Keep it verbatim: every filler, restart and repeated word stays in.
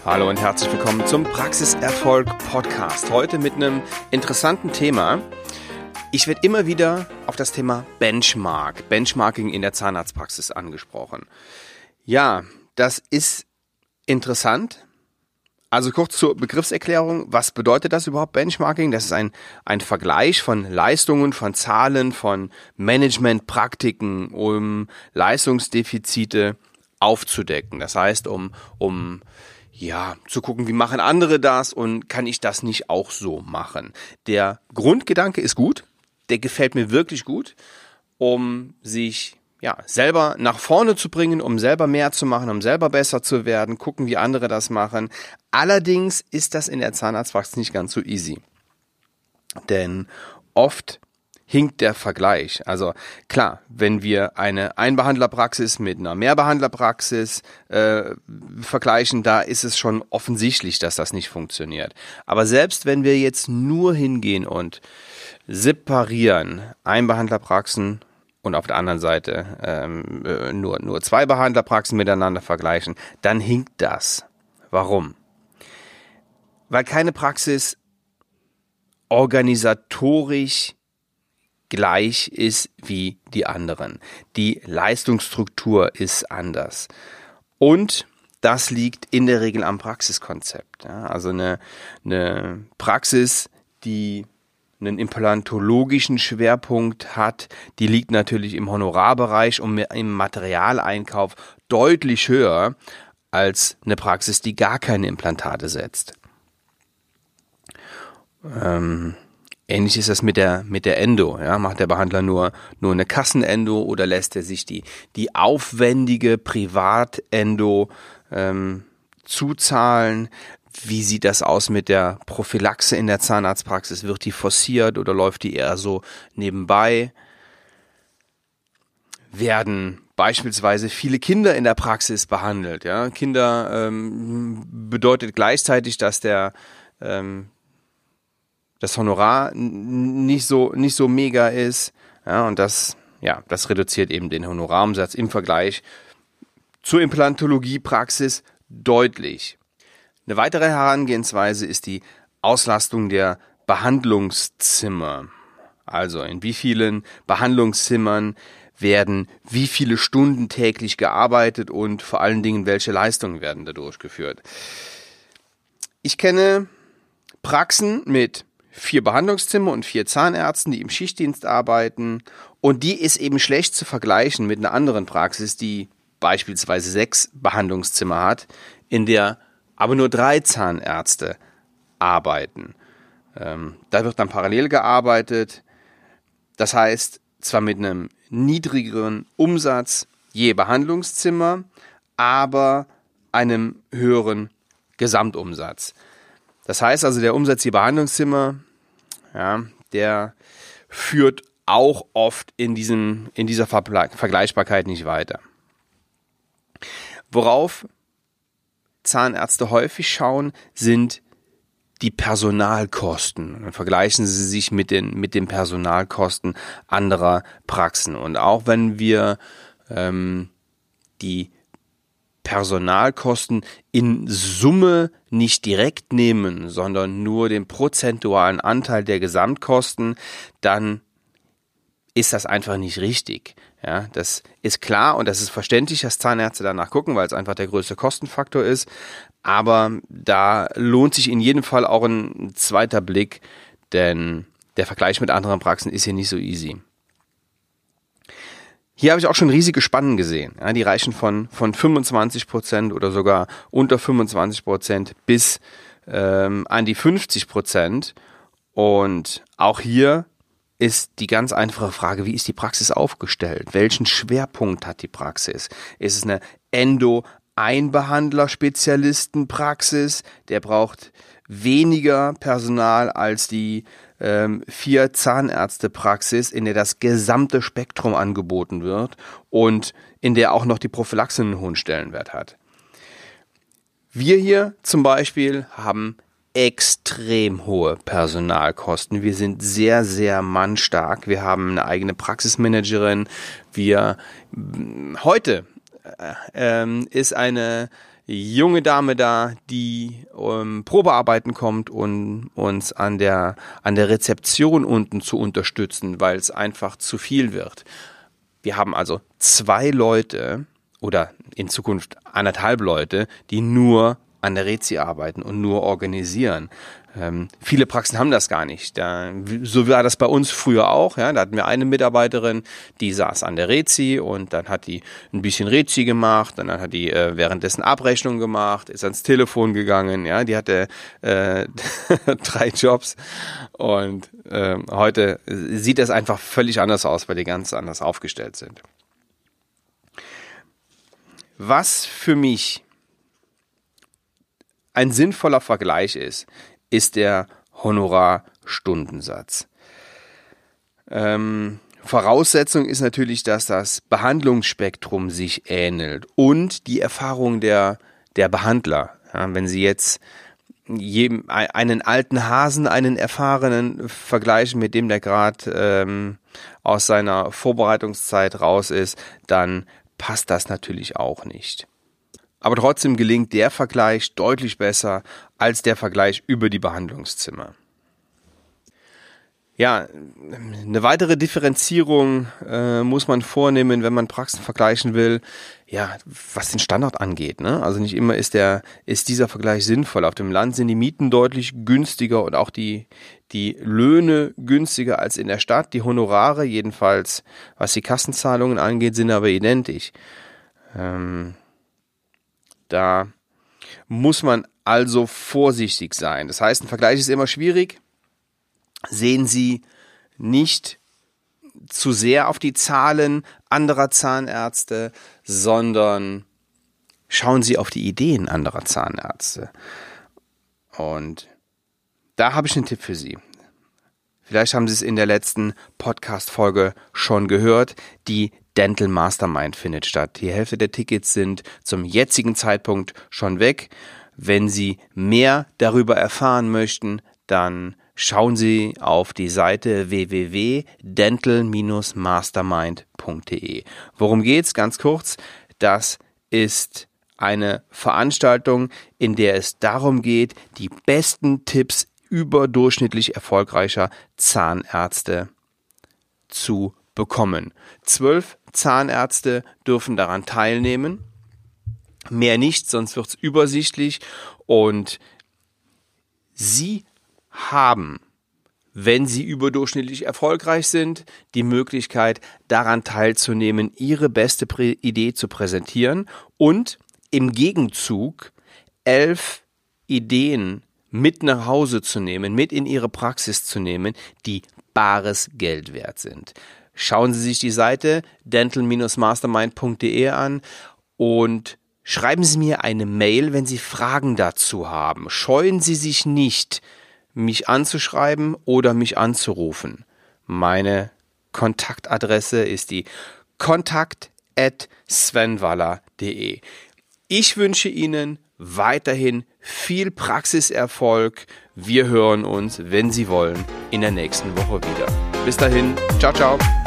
Hallo und herzlich willkommen zum Praxiserfolg Podcast. Heute mit einem interessanten Thema. Ich werde immer wieder auf das Thema Benchmark, Benchmarking in der Zahnarztpraxis angesprochen. Ja, das ist interessant. Also kurz zur Begriffserklärung, was bedeutet das überhaupt, Benchmarking? Das ist ein, ein Vergleich von Leistungen, von Zahlen, von Managementpraktiken, um Leistungsdefizite aufzudecken. Das heißt, um, um ja, zu gucken, wie machen andere das und kann ich das nicht auch so machen. Der Grundgedanke ist gut, der gefällt mir wirklich gut, um sich ja, selber nach vorne zu bringen, um selber mehr zu machen, um selber besser zu werden, gucken, wie andere das machen. Allerdings ist das in der Zahnarztpraxis nicht ganz so easy. Denn oft hinkt der Vergleich. Also klar, wenn wir eine Einbehandlerpraxis mit einer Mehrbehandlerpraxis äh, vergleichen, da ist es schon offensichtlich, dass das nicht funktioniert. Aber selbst wenn wir jetzt nur hingehen und separieren, Einbehandlerpraxen und auf der anderen Seite ähm, nur, nur zwei Behandlerpraxen miteinander vergleichen, dann hinkt das. Warum? Weil keine Praxis organisatorisch gleich ist wie die anderen. Die Leistungsstruktur ist anders. Und das liegt in der Regel am Praxiskonzept. Ja, also eine, eine Praxis, die einen implantologischen Schwerpunkt hat, die liegt natürlich im Honorarbereich und im Materialeinkauf deutlich höher als eine Praxis, die gar keine Implantate setzt. Ähm, ähnlich ist das mit der mit der Endo. Ja, macht der Behandler nur nur eine Kassenendo oder lässt er sich die die aufwendige Privatendo ähm, zuzahlen? Wie sieht das aus mit der Prophylaxe in der Zahnarztpraxis? Wird die forciert oder läuft die eher so nebenbei? Werden beispielsweise viele Kinder in der Praxis behandelt? Ja? Kinder ähm, bedeutet gleichzeitig, dass der ähm, das Honorar nicht so nicht so mega ist. Ja, und das, ja, das reduziert eben den Honorarumsatz im Vergleich zur Implantologiepraxis deutlich. Eine weitere Herangehensweise ist die Auslastung der Behandlungszimmer. Also in wie vielen Behandlungszimmern werden wie viele Stunden täglich gearbeitet und vor allen Dingen welche Leistungen werden da durchgeführt. Ich kenne Praxen mit vier Behandlungszimmer und vier Zahnärzten, die im Schichtdienst arbeiten, und die ist eben schlecht zu vergleichen mit einer anderen Praxis, die beispielsweise sechs Behandlungszimmer hat, in der aber nur drei Zahnärzte arbeiten. Ähm, da wird dann parallel gearbeitet. Das heißt, zwar mit einem niedrigeren Umsatz je Behandlungszimmer, aber einem höheren Gesamtumsatz. Das heißt also, der Umsatz je Behandlungszimmer, ja, der führt auch oft in diesem, in dieser Vergleichbarkeit nicht weiter. Worauf Zahnärzte häufig schauen, sind die Personalkosten. Dann vergleichen sie sich mit den, mit den Personalkosten anderer Praxen. Und auch wenn wir ähm, die Personalkosten in Summe nicht direkt nehmen, sondern nur den prozentualen Anteil der Gesamtkosten, dann ist das einfach nicht richtig. Ja, das ist klar und das ist verständlich, dass Zahnärzte danach gucken, weil es einfach der größte Kostenfaktor ist. Aber da lohnt sich in jedem Fall auch ein zweiter Blick, denn der Vergleich mit anderen Praxen ist hier nicht so easy. Hier habe ich auch schon riesige Spannen gesehen. Ja, die reichen von, von fünfundzwanzig Prozent oder sogar unter fünfundzwanzig Prozent bis ähm, an die fünfzig Prozent. Und auch hier ist die ganz einfache Frage, wie ist die Praxis aufgestellt? Welchen Schwerpunkt hat die Praxis? Ist es eine Endo-Einbehandler-Spezialistenpraxis? Der braucht weniger Personal als die ähm, vier Zahnärztepraxis, in der das gesamte Spektrum angeboten wird und in der auch noch die Prophylaxe einen hohen Stellenwert hat. Wir hier zum Beispiel haben extrem hohe Personalkosten. Wir sind sehr, sehr mannstark. Wir haben eine eigene Praxismanagerin. Wir heute äh, ist eine junge Dame da, die ähm, Probearbeiten kommt und uns an der, an der Rezeption unten zu unterstützen, weil es einfach zu viel wird. Wir haben also zwei Leute oder in Zukunft anderthalb Leute, die nur an der Rezi arbeiten und nur organisieren. Ähm, viele Praxen haben das gar nicht. Da, so war das bei uns früher auch. Ja, da hatten wir eine Mitarbeiterin, die saß an der Rezi und dann hat die ein bisschen Rezi gemacht, und dann hat die äh, währenddessen Abrechnung gemacht, ist ans Telefon gegangen. Ja, die hatte äh, drei Jobs und äh, heute sieht das einfach völlig anders aus, weil die ganz anders aufgestellt sind. Was für mich ein sinnvoller Vergleich ist, ist der Honorarstundensatz. Ähm, Voraussetzung ist natürlich, dass das Behandlungsspektrum sich ähnelt und die Erfahrung der, der Behandler. Ja, wenn Sie jetzt jedem, einen alten Hasen, einen erfahrenen vergleichen mit dem, der gerade ähm, aus seiner Vorbereitungszeit raus ist, dann passt das natürlich auch nicht. Aber trotzdem gelingt der Vergleich deutlich besser als der Vergleich über die Behandlungszimmer. Ja, eine weitere Differenzierung äh, muss man vornehmen, wenn man Praxen vergleichen will, ja, was den Standard angeht, ne? Also nicht immer ist der, ist dieser Vergleich sinnvoll. Auf dem Land sind die Mieten deutlich günstiger und auch die, die Löhne günstiger als in der Stadt. Die Honorare, jedenfalls was die Kassenzahlungen angeht, sind aber identisch. Ähm, Da muss man also vorsichtig sein. Das heißt, ein Vergleich ist immer schwierig. Sehen Sie nicht zu sehr auf die Zahlen anderer Zahnärzte, sondern schauen Sie auf die Ideen anderer Zahnärzte. Und da habe ich einen Tipp für Sie. Vielleicht haben Sie es in der letzten Podcast-Folge schon gehört. Die Dental Mastermind findet statt. Die Hälfte der Tickets sind zum jetzigen Zeitpunkt schon weg. Wenn Sie mehr darüber erfahren möchten, dann schauen Sie auf die Seite w w w punkt dental mastermind punkt d e. Worum geht's? Ganz kurz. Das ist eine Veranstaltung, in der es darum geht, die besten Tipps überdurchschnittlich erfolgreicher Zahnärzte zu bekommen. Zwölf Zahnärzte dürfen daran teilnehmen. Mehr nicht, sonst wird es übersichtlich. Und Sie haben, wenn Sie überdurchschnittlich erfolgreich sind, die Möglichkeit, daran teilzunehmen, Ihre beste Prä- Idee zu präsentieren und im Gegenzug elf Ideen mit nach Hause zu nehmen, mit in Ihre Praxis zu nehmen, die bares Geld wert sind. Schauen Sie sich die Seite dental mastermind punkt d e an und schreiben Sie mir eine Mail, wenn Sie Fragen dazu haben. Scheuen Sie sich nicht, mich anzuschreiben oder mich anzurufen. Meine Kontaktadresse ist die kontakt at svenwaller punkt d e. Ich wünsche Ihnen weiterhin viel Praxiserfolg. Wir hören uns, wenn Sie wollen, in der nächsten Woche wieder. Bis dahin, ciao, ciao.